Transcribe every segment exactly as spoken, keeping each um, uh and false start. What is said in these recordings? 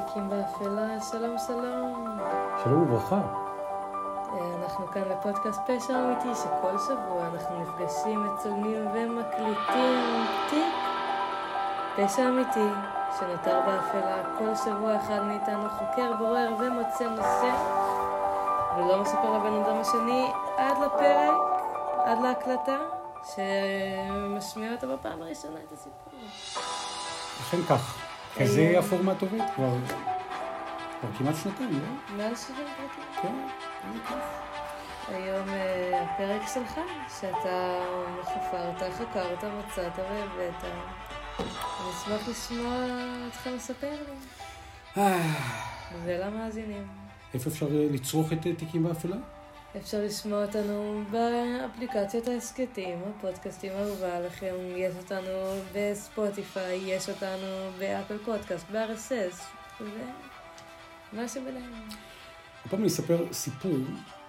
תיקים באפלה, שלום שלום. שלום וברכה. אנחנו כאן בפודקאסט פשע אמיתי, שכל שבוע אנחנו נפגשים, מצלמים ומקליטים תיק פשע אמיתי שנותר באפלה. כל שבוע אחד מאיתנו חוקר, בורר ומוצא נושא, ולא מספר לבן אדם השני עד לפרק, עד להקלטה, שמשמיע אותה בפעם הראשונה את הסיפור. לכן כך. כזה הפורמט עובד כבר, כבר כמעט שנתיים, לא? מעל שבעים פרקים. כן, זה כיף. היום הפרק שלך, שאתה חפרת, חקרת, מצאת והבאת. אני אשמח לשמוע אותך מספר לי. ולמאזינים. איפה אפשר לצרוך את תיקים באפלה? אפשר לשמוע אותנו באפליקציות העסקתיים, הפודקאסטים האהובה עליכם. יש אותנו בספוטיפיי, יש אותנו באפל פודקאסט, ב-אר אס אס, ומה שביניהם. הפעם אני אספר סיפור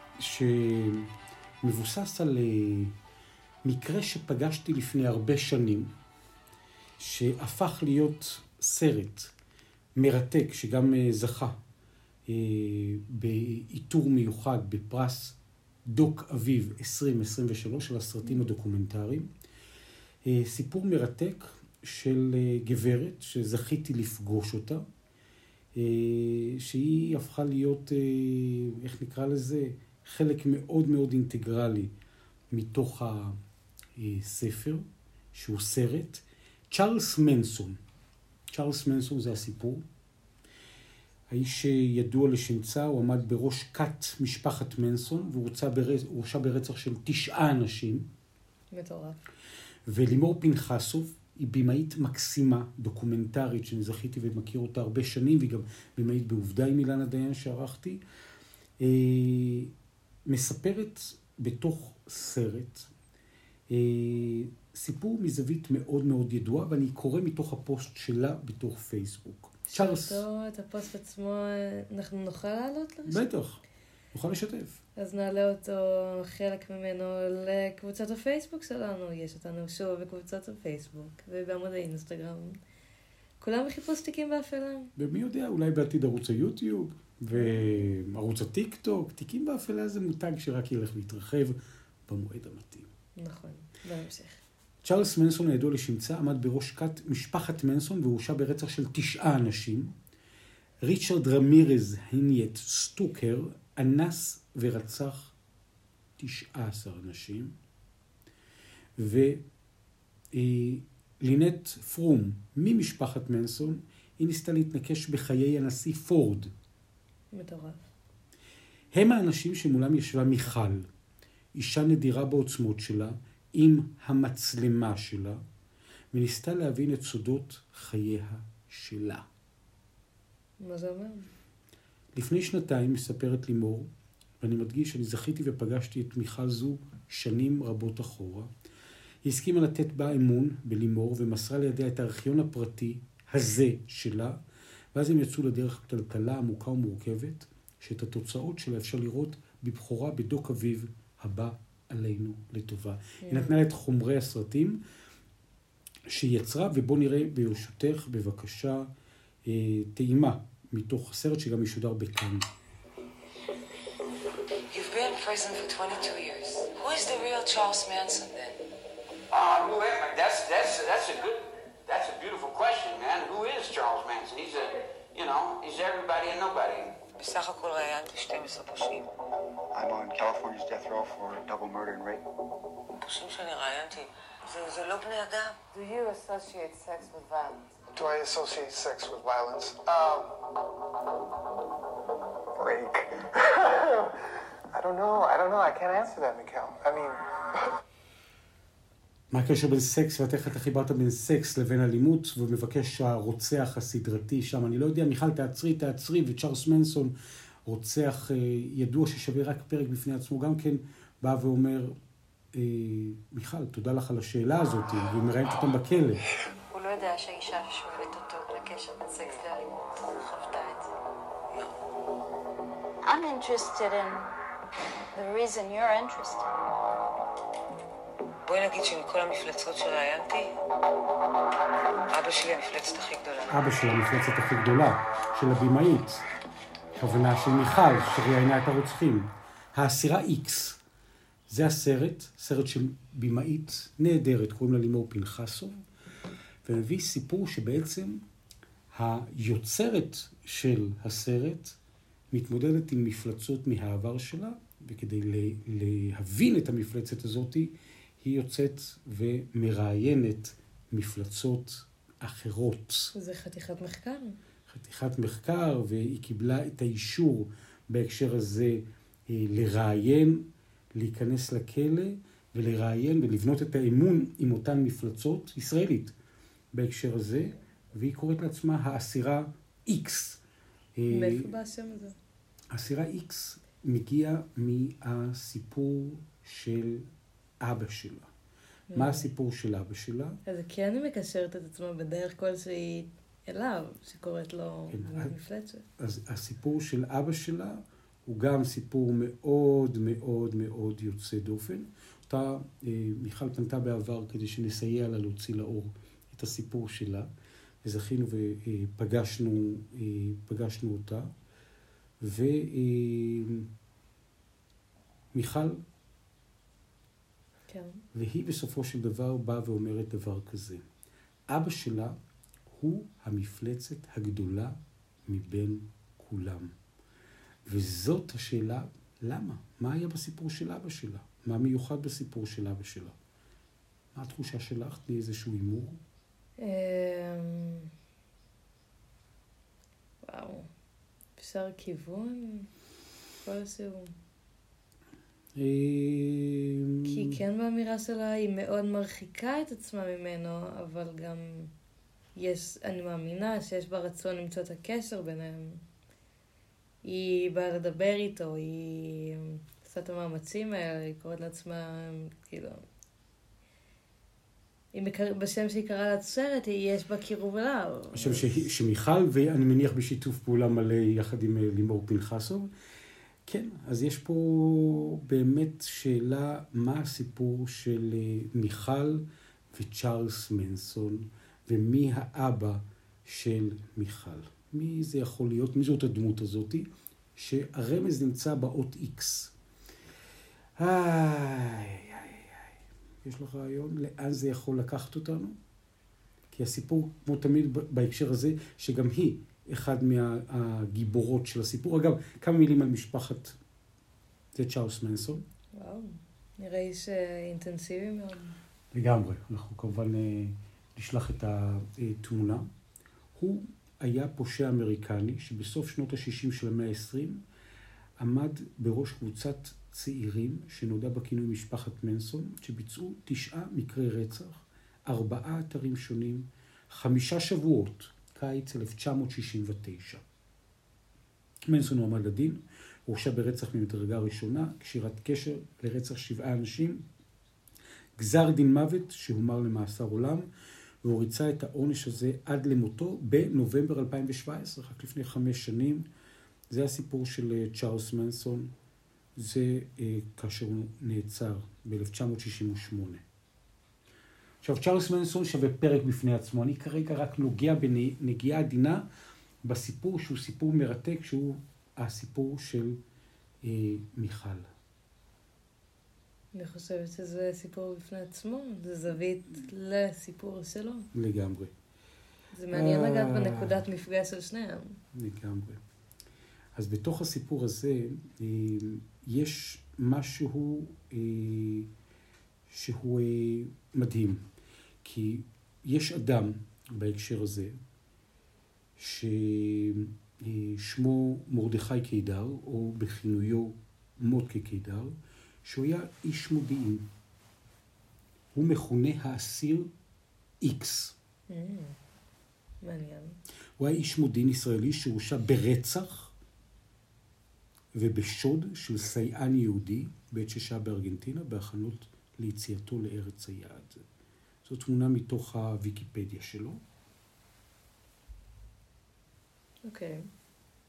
שמבוסס על מקרה שפגשתי לפני הרבה שנים, שהפך להיות סרט מרתק, שגם זכה באיתור מיוחד בפרס דוק אביב עשרים עשרים ושלוש של הסרטים הדוקומנטריים. סיפור מרתק של גברת שזכיתי לפגוש אותה, שהיא הפכה להיות, איך נקרא לזה, חלק מאוד מאוד אינטגרלי מתוך הספר, שהוא סרט. צ'ארלס מנסון. צ'ארלס מנסון זה הסיפור. האיש ידוע לשמצה, הוא עמד בראש כת משפחת מנסון, והוא הורשע ברצח של תשעה אנשים. מטורף. ולימור פנחסוב היא בימאית מקסימה, דוקומנטרית, שאני זכיתי ומכיר אותה הרבה שנים, והיא גם בימאית בעובדה עם אילנה דיין שערכתי. מספרת בתוך סרט סיפור מזווית מאוד מאוד ידועה, ואני קורא מתוך הפוסט שלה בתוך פייסבוק. צ'ארלס. את הפוסט עצמו אנחנו נוכל לעלות לרשת? בטח, נוכל לשתף. אז נעלה אותו, חלק ממנו, לקבוצת הפייסבוק שלנו. יש אותנו שוב בקבוצת הפייסבוק ובעמוד האינסטגרם. כולם בחיפוש תיקים באפלה. ומי יודע, אולי בעתיד ערוץ היוטיוב וערוץ הטיק טוק. תיקים באפלה זה מותג שרק ילך להתרחב במועד המתאים. נכון, בהמשך. צ'ארלס מנסון הידוע לשמצה עמד בראש כת משפחת מנסון והורשע ברצח של תשעה אנשים. ריצ'רד רמירז הניאט סטוקר אנס ורצח תשעה עשר אנשים. ולינט פרום ממשפחת מנסון, היא ניסתה להתנקש בחיי הנשיא פורד. מטורף. הם האנשים שמולם ישבה מיכל, אישה נדירה בעוצמות שלה, עם המצלמה שלה, וניסתה להבין את סודות חייה שלה. מה זה אומר? לפני שנתיים מספרת לימור, ואני מדגיש שאני זכיתי ופגשתי את מיכל זו שנים רבות אחורה. היא הסכימה לתת בה אמון בלימור ומסרה לידיה את הארכיון הפרטי הזה שלה, ואז הם יצאו לדרך טלטלה עמוקה ומורכבת, שאת התוצאות שלה אפשר לראות בבחורה בדוק אביב הבא עלינו לטובה. Yeah. היא נתנה לה את חומרי הסרטים שהיא יצרה, ובוא נראה ברשותך בבקשה אה, טעימה מתוך הסרט שגם ישודר בכאן. You've been in prison for twenty-two years. Who is the real Charles Manson then? Uh, who am I? That's that's that's a good that's a beautiful question, man. Who is Charles Manson? He's a, you know, he's everybody and nobody. בסך הכל ראיינתי שתים עשרה פושעים. I'm on California's death row for double murder and rape. פושעים שאני ראיינתי, זה, זה לא בני אדם. Do you associate sex with violence? Do I associate sex with violence? Um... Break. I don't know. I don't know. I can't answer that, Mikhail. I mean... מה הקשר בין סקס, ואתה איך אתה חיברת בין סקס לבין אלימות, ומבקש הרוצח הסדרתי שם, אני לא יודע, מיכל תעצרי, תעצרי, וצ'ארלס מנסון, רוצח ידוע ששווה רק פרק בפני עצמו, גם כן בא ואומר, מיכל, תודה לך על השאלה הזאת, והיא מראיינת אותם בכלא. הוא לא יודע שהאישה ששואלת אותו לקשר בין סקס לאלימות, חוותה את זה. I'm interested in the reason you're interested. בואי נגיד שמכל המפלצות שראיינתי, אבא שלי המפלצת הכי גדולה. אבא שלה המפלצת הכי גדולה, של הבימאית. כוונה של מיכל, שראיינה את הרוצחים. האסירה איקס. זה הסרט, סרט של בימאית נהדרת, קוראים לה לימור פנחסוב, ומביא סיפור שבעצם היוצרת של הסרט מתמודדת עם מפלצות מהעבר שלה, וכדי להבין את המפלצת הזאת, היא יוצאת ומראיינת מפלצות אחרות. זה חתיכת מחקר. חתיכת מחקר, והיא קיבלה את האישור בהקשר הזה לראיין, להיכנס לכלא ולראיין ולבנות את האמון עם אותן מפלצות ישראלית בהקשר הזה, והיא קוראת לעצמה האסירה איקס. מאיפה בא השם הזה? האסירה איקס מגיע מהסיפור של אבא שלה. מה הסיפור של אבא שלה? אז כן היא מקשרת את עצמה בדרך כלשהי אליו, שקוראת לו מפלצת. אז הסיפור של אבא שלה הוא גם סיפור מאוד מאוד מאוד יוצא דופן. אותה מיכל פנתה בעבר כדי שנסייע לה להוציא לאור את הסיפור שלה, וזכינו ופגשנו פגשנו אותה. ומיכל, כן. והיא בסופו של דבר באה ואומרת דבר כזה. אבא שלה הוא המפלצת הגדולה מבין כולם. וזאת השאלה, למה? מה היה בסיפור של אבא שלה? מה מיוחד בסיפור של אבא שלה? מה התחושה שלך? תני איזשהו הימור? וואו. אפשר כיוון? כלשהו. כי כן באמירה שלה היא מאוד מרחיקה את עצמה ממנו, אבל גם יש, אני מאמינה שיש בה רצון למצוא את הקשר ביניהם. היא באה לדבר איתו, היא עושה את המאמצים האלה, היא קוראת לעצמה, כאילו, היא מקר... בשם שהיא קראה לסרט, יש בה קירוב אליו. בשם ש... שמיכל, ואני מניח בשיתוף פעולה מלא יחד עם לימור פנחסוב. כן, אז יש פה באמת שאלה, מה הסיפור של מיכל וצ'ארלס מנסון, ומי האבא של מיכל. מי זה יכול להיות? מי זאת הדמות הזאת? שהרמז נמצא באות איקס. איי, איי, איי. יש לך רעיון לאן זה יכול לקחת אותנו? כי הסיפור, כמו תמיד בהקשר הזה, שגם היא אחד מהגיבורות של הסיפור. אגב, כמה מילים על משפחת, זה צ'ארלס מנסון. וואו, נראה איש אינטנסיבי מאוד. לגמרי, אנחנו כמובן נשלח את התמונה. הוא היה פושע אמריקני שבסוף שנות ה-שישים של המאה ה-עשרים עמד בראש קבוצת צעירים שנודע בכינוי משפחת מנסון, שביצעו תשעה מקרי רצח, ארבעה אתרים שונים, חמישה שבועות, קיץ אלף תשע מאות שישים ותשע. מנסון הועמד לדין, הורשע ברצח ממדרגה ראשונה, קשירת קשר לרצח שבעה אנשים, גזר דין מוות שהומר למאסר עולם, והוא ריצה את העונש הזה עד למותו בנובמבר אלפיים שבע עשרה, רק לפני חמש שנים. זה הסיפור של צ'ארלס מנסון, זה אה, כאשר הוא נעצר ב-אלף תשע מאות שישים ושמונה. עכשיו, צ'ארלס מנסון שווה פרק בפני עצמו. אני כרגע רק נוגע בנגיעה עדינה בסיפור שהוא סיפור מרתק, שהוא הסיפור של אה, מיכל. אני חושבת שזה סיפור בפני עצמו, זה זווית לסיפור שלו. לגמרי. זה מעניין לגעת בנקודת מפגש של שניהם. לגמרי. אז בתוך הסיפור הזה יש משהו שהוא מדהים, כי יש אדם בהקשר הזה ששמו מרדכי קידר, או בכינויו מודקה קידר, שהוא היה איש מודיעין. הוא מכונה האסיר איקס. Mm, מעניין. הוא היה איש מודיעין ישראלי שהורשע ברצח ובשוד של סייען יהודי בעת ששהה בארגנטינה, בהכנות ליציאתו לארץ היעד. זו תמונה מתוך הוויקיפדיה שלו. אוקיי. Okay.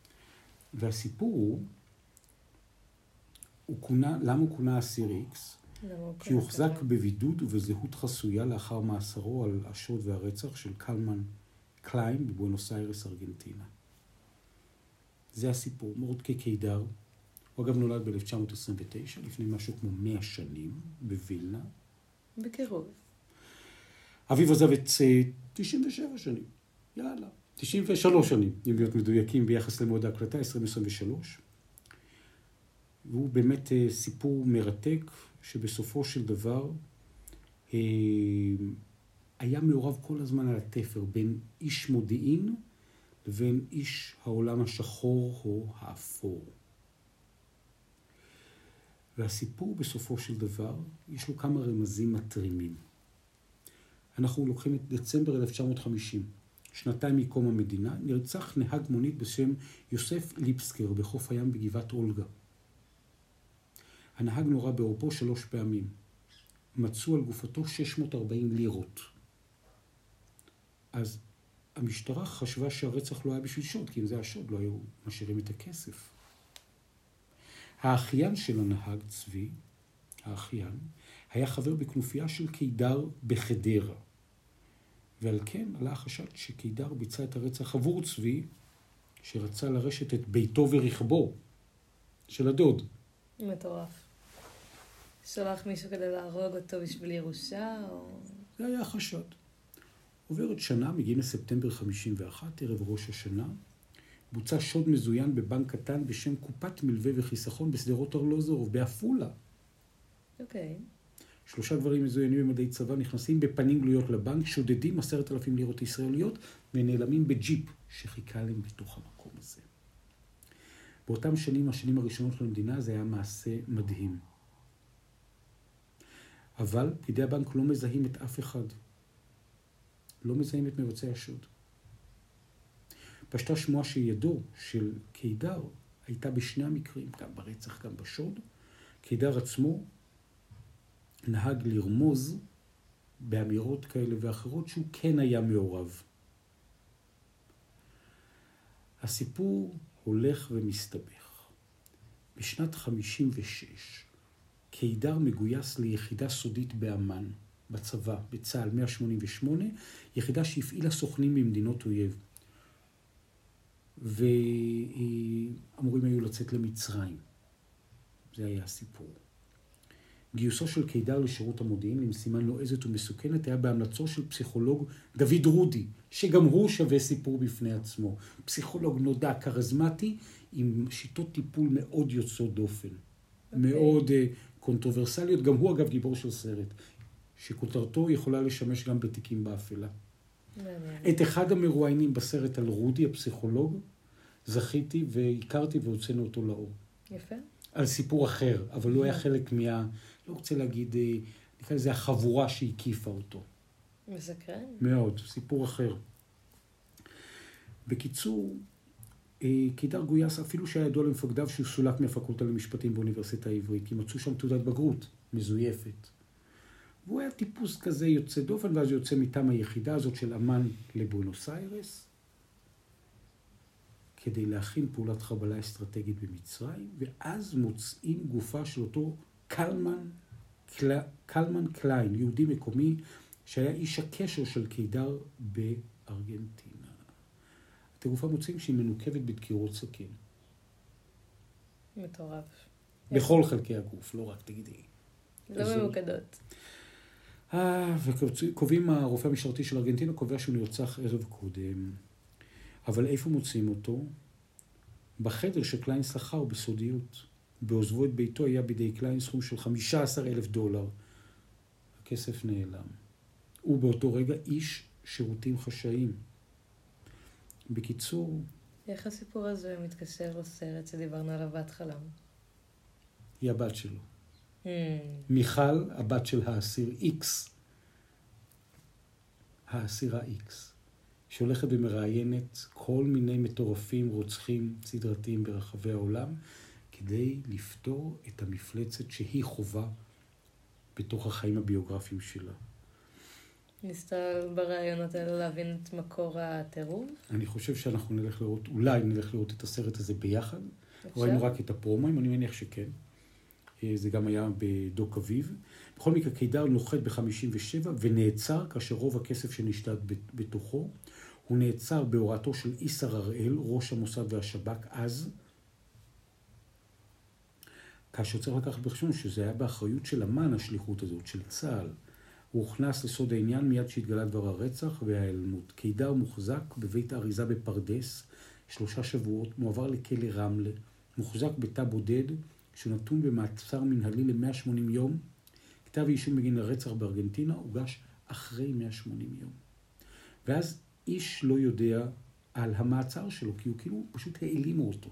והסיפור הוא, הוא כונה, למה הוא כונה אסיר איקס? כי הוא הוחזק בבידוד ובזהות חסויה לאחר מאסרו על השוד והרצח של קלמן קליין בבואנוס איירס, ארגנטינה. זה הסיפור. מורדקי קידר, הוא אגב נולד ב-אלף תשע מאות עשרים ותשע, לפני משהו כמו מאה שנים, בווילנה. בקירוב. אביו עזב את תשעים ושבע שנים. יאללה. תשעים ושלוש שנים, אם להיות מדויקים ביחס למועד ההקלטה, עשרים עשרים ושלוש. והוא באמת סיפור מרתק, שבסופו של דבר היה מעורב כל הזמן על התפר בין איש מודיעין לבין איש העולם השחור או האפור. והסיפור בסופו של דבר, יש לו כמה רמזים מטרימים. אנחנו לוקחים את דצמבר אלף תשע מאות וחמישים, שנתיים מקום המדינה, נרצח נהג מונית בשם יוסף ליפסקר בחוף הים בגבעת אולגה. הנהג נורה בעורפו שלוש פעמים. מצאו על גופתו שש מאות וארבעים לירות. אז המשטרה חשבה שהרצח לא היה בשביל שוד, כי אם זה היה שוד, לא היו משאירים את הכסף. האחיין של הנהג, צבי, האחיין, היה חבר בכנופיה של קידר בחדרה. ועל כן עלה החשד שקידר ביצע את הרצח עבור צבי, שרצה לרשת את ביתו ורכבו של הדוד. מטורף. שולח מישהו כדי להרוג אותו בשביל ירושה, או... זה היה החשד. עוברת שנה, מגיעים לספטמבר חמישים ואחת, ערב ראש השנה, בוצע שוד מזוין בבנק קטן בשם קופת מלווה וחיסכון בסדרות ארלוזורוב, בעפולה. אוקיי. שלושה גברים מזוינים במדי צבא נכנסים בפנים גלויות לבנק, שודדים עשרת אלפים לירות ישראליות, ונעלמים בג'יפ שחיכה להם בתוך המקום הזה. באותם שנים, השנים הראשונות של המדינה, זה היה מעשה מדהים. אבל פקידי הבנק לא מזהים את אף אחד. לא מזהים את מבצעי השוד. פשטה שמועה שידו של קידר הייתה בשני המקרים, גם ברצח, גם בשוד. קידר עצמו נהג לרמוז באמירות כאלה ואחרות שהוא כן היה מעורב. הסיפור הולך ומסתבך. בשנת חמישים ושש, קידר מגויס ליחידה סודית באמן, בצבא, בצה"ל מאה שמונים ושמונה, יחידה שהפעילה סוכנים ממדינות אויב. ואמורים היו לצאת למצרים. זה היה הסיפור. גיוסו של קידר לשירות המודיעין למשימה נועזת ומסוכנת היה בהמלצו של פסיכולוג דוד רודי, שגם הוא שווה סיפור בפני עצמו. פסיכולוג נודע, קרזמטי, עם שיטות טיפול מאוד יוצאות דופן. Okay. מאוד uh, קונטרוברסליות. גם הוא אגב גיבור של סרט, שכותרתו יכולה לשמש גם בתיקים באפלה. מעניין. את אחד המרואיינים בסרט על רודי, הפסיכולוג, זכיתי והכרתי והוצאנו אותו לאור. יפה. על סיפור אחר, אבל לא היה חלק מה... לא רוצה להגיד, נקרא לזה החבורה שהקיפה אותו. מסקרן. מאוד, סיפור אחר. בקיצור, קידר גויס אפילו שהיה ידוע למפקדיו שהוא סולק מהפקולטה למשפטים באוניברסיטה העברית, כי מצאו שם תעודת בגרות מזויפת. והוא היה טיפוס כזה יוצא דופן, ואז יוצא מטעם היחידה הזאת של אמן לבואנוס איירס, כדי להכין פעולת חבלה אסטרטגית במצרים, ואז מוצאים גופה של אותו קלמן, קל... קלמן קליין, יהודי מקומי, שהיה איש הקשר של קידר בארגנטינה. את הגופה מוצאים שהיא מנוקבת בדקירות סכין. מטורף. בכל חלקי הגוף, לא רק תגידי. לא ממוקדות. אה, וקובעים הרופא המשטרתי של ארגנטינה, קובע שהוא נרצח ערב קודם. אבל איפה מוצאים אותו? בחדר שקליין שכר בסודיות. בעוזבו את ביתו היה בידי קליין סכום של חמישה עשר אלף דולר. הכסף נעלם. הוא באותו רגע איש שירותים חשאיים. בקיצור... איך הסיפור הזה מתקשר לסרט שדיברנו עליו בהתחלה? היא הבת שלו. Hmm. מיכל, הבת של האסיר איקס. האסירה איקס. שהולכת ומראיינת כל מיני מטורפים, רוצחים סדרתיים ברחבי העולם, כדי לפתור את המפלצת שהיא חובה בתוך החיים הביוגרפיים שלה. ניסתה ברעיונות האלה להבין את מקור הטירוף? אני חושב שאנחנו נלך לראות, אולי נלך לראות את הסרט הזה ביחד. ראינו רק את הפרומואים, אני מניח שכן. זה גם היה בדוק אביב. בכל מקרה, קידר נוחת ב-חמישים ושבע ונעצר כאשר רוב הכסף שנשתת בתוכו. הוא נעצר בהוראתו של איסר הראל, ראש המוסד והשב"כ אז, כאשר צריך לקחת בחשבון שזה היה באחריות של אמן השליחות הזאת, של צה"ל. הוא הוכנס לסוד העניין מיד שהתגלה דבר הרצח וההיעלמות. קידר מוחזק בבית האריזה בפרדס, שלושה שבועות, מועבר לכלא רמלה, מוחזק בתא בודד, שהוא נתון במעצר מנהלי ל-מאה ושמונים יום. כתב האישום בגין הרצח בארגנטינה הוגש אחרי מאה ושמונים יום. ואז איש לא יודע על המעצר שלו, כי הוא כאילו פשוט העלימו אותו.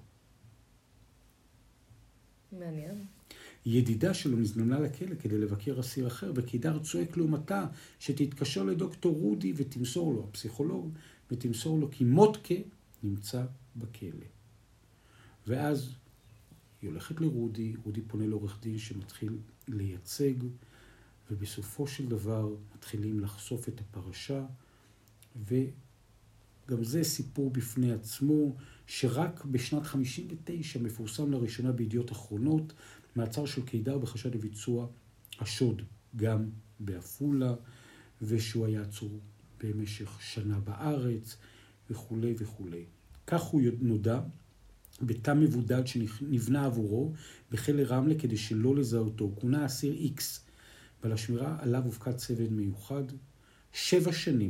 מעניין. ידידה שלו נזמנה לכלא כדי לבקר אסיר אחר, וקידר צועק לעומתה שתתקשר לדוקטור רודי ותמסור לו, הפסיכולוג, ותמסור לו כי מוטקה נמצא בכלא. ואז היא הולכת לרודי, רודי פונה לעורך דין שמתחיל לייצג, ובסופו של דבר מתחילים לחשוף את הפרשה, וגם זה סיפור בפני עצמו, שרק בשנת חמישים ותשע מפורסם לראשונה בידיעות אחרונות, מעצר של קידר בחשד לביצוע השוד גם בעפולה, ושהוא היה עצור במשך שנה בארץ, וכו' וכו'. כך הוא נודע בתא מבודד שנבנה עבורו בכלא רמלה כדי שלא לזהותו. הוא כונה אסיר איקס, ועל השמירה עליו הופקד צוות מיוחד. שבע שנים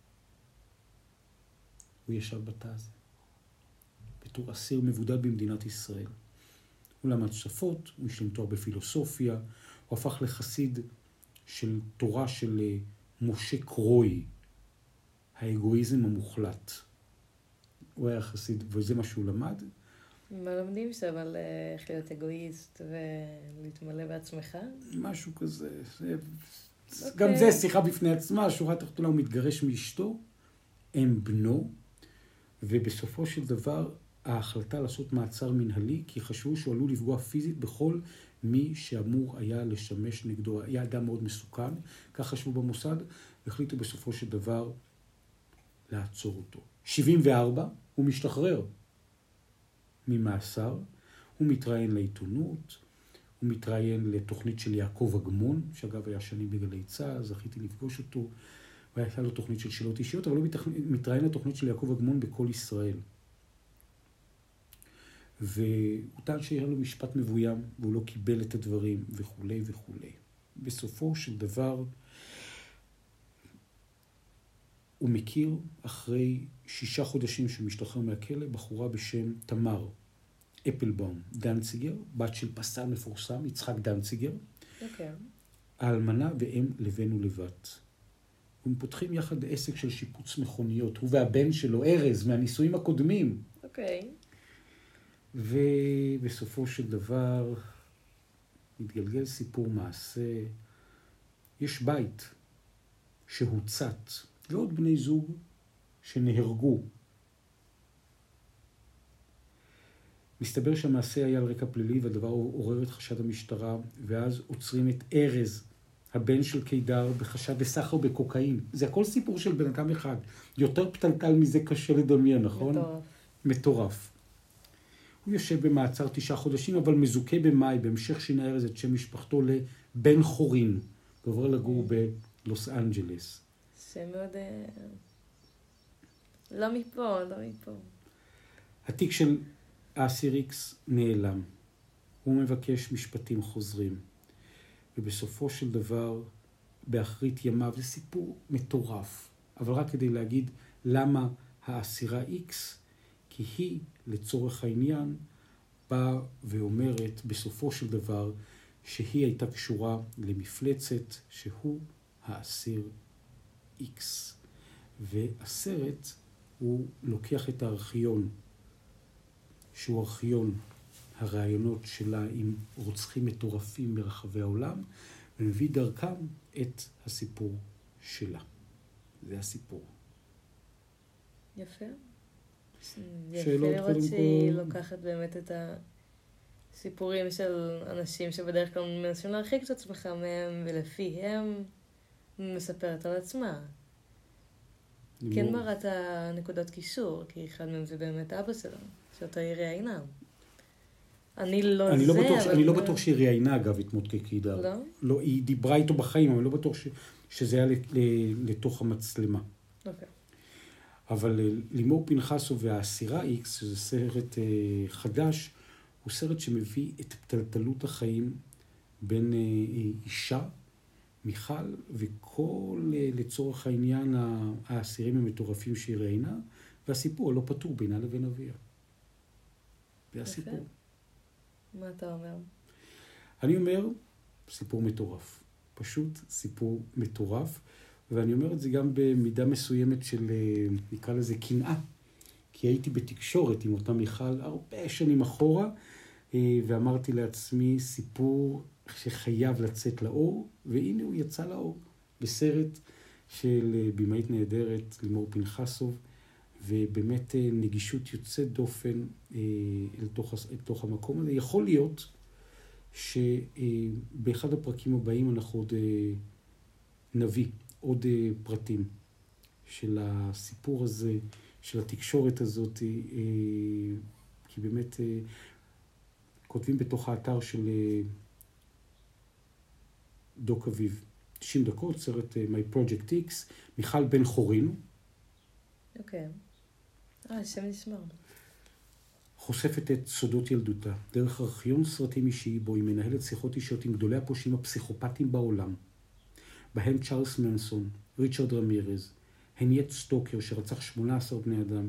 הוא ישב בתא הזה, בתור אסיר מבודד במדינת ישראל. הוא למד שפות, הוא השלים תואר בפילוסופיה, הוא הפך לחסיד של תורה של משה קרוי, האגואיזם המוחלט. הוא היה חסיד, וזה מה שהוא למד. מה לומדים שם על איך להיות אגואיסט ולהתמלא בעצמך? משהו כזה. זה... Okay. גם זה שיחה בפני עצמה, שורה תחתונה הוא מתגרש מאשתו, הם בנו, ובסופו של דבר ההחלטה לעשות מעצר מנהלי, כי חשבו שהוא עלול לפגוע פיזית בכל מי שאמור היה לשמש נגדו. היה אדם מאוד מסוכן, כך חשבו במוסד, והחליטו בסופו של דבר לעצור אותו. שבעים וארבע, הוא משתחרר ממאסר, הוא מתראיין לעיתונות, הוא מתראיין לתוכנית של יעקב אגמון, שאגב היה שנים בגלי צה"ל, זכיתי לפגוש אותו, והיה לו תוכנית של שאלות אישיות, אבל הוא מתראיין לתוכנית של יעקב אגמון בכל ישראל. והוא טען שהיה לו משפט מבוים, והוא לא קיבל את הדברים, וכו' וכו'. בסופו של דבר, הוא מכיר, אחרי שישה חודשים שמשתחרר מהכלא, בחורה בשם תמר אפלבאום דנציגר, בת של פסל מפורסם, יצחק דנציגר, אוקיי. האלמנה ואם לבן ולבת. הם פותחים יחד עסק של שיפוץ מכוניות, הוא והבן שלו, ארז, מהנישואים הקודמים. אוקיי. ובסופו של דבר מתגלגל סיפור מעשה. יש בית שהוצת, ועוד בני זוג שנהרגו. מסתבר שהמעשה היה על רקע פלילי, והדבר עורר את חשד המשטרה, ואז עוצרים את ארז, הבן של קידר, בחשד לסחר בקוקאין. זה הכל סיפור של בן אדם אחד. יותר פתלתל מזה קשה לדמיין, נכון? מטורף. מטורף. הוא יושב במעצר תשעה חודשים, אבל מזוכה במאי, בהמשך שינה ארז את שם משפחתו לבן חורין, ועובר לגור בלוס אנג'לס. שמאוד... לא מפה, לא מפה. התיק של אסיר איקס נעלם. הוא מבקש משפטים חוזרים. ובסופו של דבר, באחרית ימיו, זה סיפור מטורף. אבל רק כדי להגיד למה האסירה איקס, כי היא, לצורך העניין, באה ואומרת בסופו של דבר, שהיא הייתה קשורה למפלצת, שהוא האסיר איקס. והסרט הוא לוקח את הארכיון, שהוא ארכיון הרעיונות שלה עם רוצחים מטורפים ברחבי העולם, ומביא דרכם את הסיפור שלה. זה הסיפור. יפה. שאלות יפה לראות קודם שהיא כל. לוקחת באמת את הסיפורים של אנשים שבדרך כלל מנסים להרחיק את עצמך מהם, ולפיהם מספרת על עצמה. כן מאוד- מראה את הנקודות קישור, כי אחד מהם זה באמת אבא שלו, שאותו היא ראיינה. אני לא אני זה, לא בטוח, אבל... אני לא בטוח שהיא ראיינה, אגב, את מוטקה קידר. לא? לא, היא דיברה איתו בחיים, אבל לא בטוח ש, שזה היה לתוך המצלמה. אוקיי. אבל לימור פנחסוב והאסירה איקס, שזה סרט חדש, הוא סרט שמביא את טלטלות החיים בין אישה, מיכל, וכל לצורך העניין האסירים המטורפים שהיא ראיינה, והסיפור הלא פתור בינה לבין אביה. זה הסיפור. מה אתה אומר? אני אומר, סיפור מטורף. פשוט סיפור מטורף. ואני אומר את זה גם במידה מסוימת של, נקרא לזה, קנאה. כי הייתי בתקשורת עם אותה מיכל הרבה שנים אחורה, ואמרתי לעצמי, סיפור שחייב לצאת לאור, והנה הוא יצא לאור. בסרט של בימאית נהדרת, לימור פנחסוב, ובאמת נגישות יוצאת דופן אל תוך, אל תוך המקום הזה. יכול להיות שבאחד הפרקים הבאים אנחנו עוד נביא עוד פרטים של הסיפור הזה, של התקשורת הזאת, כי באמת כותבים בתוך האתר של דוק אביב, תשעים דקות, סרט My Project X, מיכל בן חורין. אוקיי. אה, השם נשמע. חושפת את סודות ילדותה, דרך ארכיון סרטים אישי, בו היא מנהלת שיחות אישיות עם גדולי הפושעים הפסיכופטיים בעולם, בהם צ'ארלס מנסון, ריצ'רד רמירז, הניית סטוקר שרצח שמונה עשר בני אדם,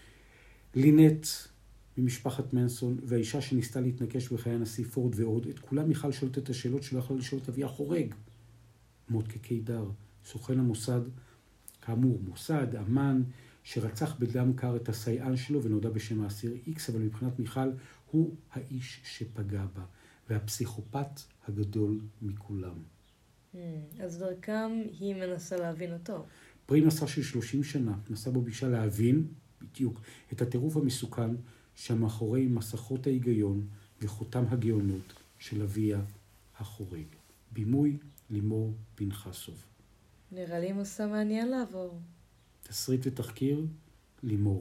לינט ממשפחת מנסון, והאישה שניסתה להתנקש בחיי הנשיא פורד ועוד. את כולם מיכל שואלת את השאלות שלא יכלה לשאול את אביה חורג. מוטקה קידר, סוכן המוסד, כאמור, מוסד, אמן, שרצח בדם קר את הסייען שלו ונודע בשם האסיר איקס, אבל מבחינת מיכל הוא האיש שפגע בה, והפסיכופת הגדול מכולם. אז דרכם היא מנסה להבין אותו. פרי מסע של שלושים שנה, נסע בו בישה להבין, בדיוק, את הטירוף המסוכן שמאחורי מסכות ההיגיון וחותם הגאונות של אביה החורג. בימוי לימור פנחסוב. נראה לי מסע מעניין לעבור. תסריט ותחקיר, לימור.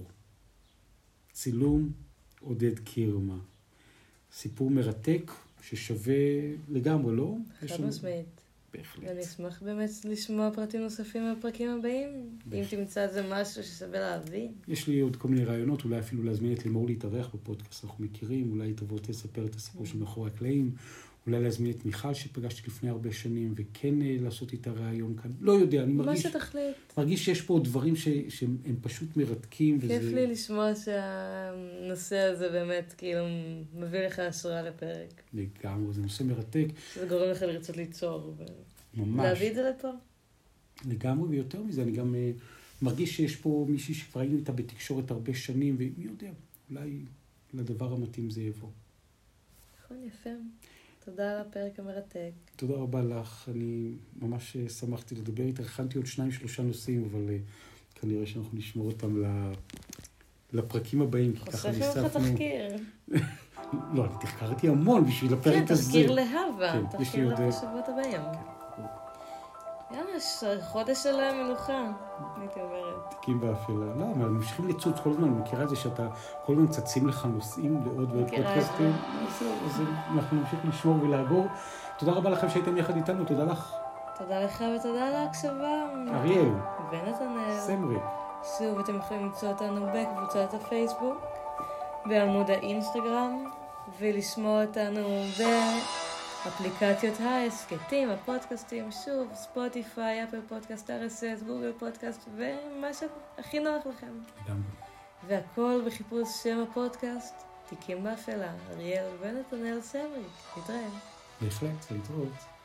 צילום, עודד קירמה. סיפור מרתק ששווה לגמרי, לא? חד משמעית. בהחלט. ואני אשמח באמת לשמוע פרטים נוספים מהפרקים הבאים. אם תמצא את זה משהו ששווה להבין. יש לי עוד כל מיני רעיונות, אולי אפילו להזמין את לימור להתארח בפודקאסט, אנחנו מכירים, אולי תבוא תספר את הסיפור של מאחורי הקלעים, אולי להזמין את מיכל שפגשתי לפני הרבה שנים, וכן לעשות איתה רעיון כאן. לא יודע, אני מרגיש... מה שתחליט. מרגיש שיש פה דברים ש... שהם פשוט מרתקים. כיף וזה... לי לשמוע שהנושא הזה באמת כאילו מביא לך השראה לפרק. לגמרי, זה נושא מרתק. שזה גורם לך לרצות ליצור. ו... ממש. להביא את זה לפה. לגמרי, ויותר מזה, אני גם uh, מרגיש שיש פה מישהי שכבר היינו איתה בתקשורת הרבה שנים, ומי יודע, אולי לדבר המתאים זה יבוא. נכון, יפה. תודה על הפרק המרתק. תודה רבה לך, אני ממש שמחתי לדבר איתך, הכנתי עוד שניים שלושה נושאים, אבל uh, כנראה שאנחנו נשמור אותם לפרקים הבאים, כי ככה ניספנו... חוסך לך תחקיר. לא, אני תחקרתי המון בשביל הפרק הזה. כן, תחקיר להווה, תחקיר לפרשבות הבאים. יאללה, חודש של מנוחה, הייתי אומרת. תיקים באפלה. לא, אבל ממשיכים לצוץ כל הזמן, אני מכירה את זה שאתה כל הזמן צצים לך נושאים לעוד ועוד פודקאסטים. אז אנחנו נמשיך לשמור ולעבור. תודה רבה לכם שהייתם יחד איתנו, תודה לך. תודה לך ותודה להקשבה. אריאל. ונתנאל. סמרי. שוב, אתם יכולים למצוא אותנו בקבוצת הפייסבוק, בעמוד האינסטגרם, ולשמוע אותנו באפליקציות ההסקטים, הפודקאסטים, שוב, ספוטיפיי, אפל פודקאסט, אר אס אס, גוגל פודקאסט, ומה שהכי נוח לכם. גם. והכל בחיפוש שם הפודקאסט, תיקים באפלה, אריאל ונתנאל סמרי. להתראה. בהחלט, להתראות.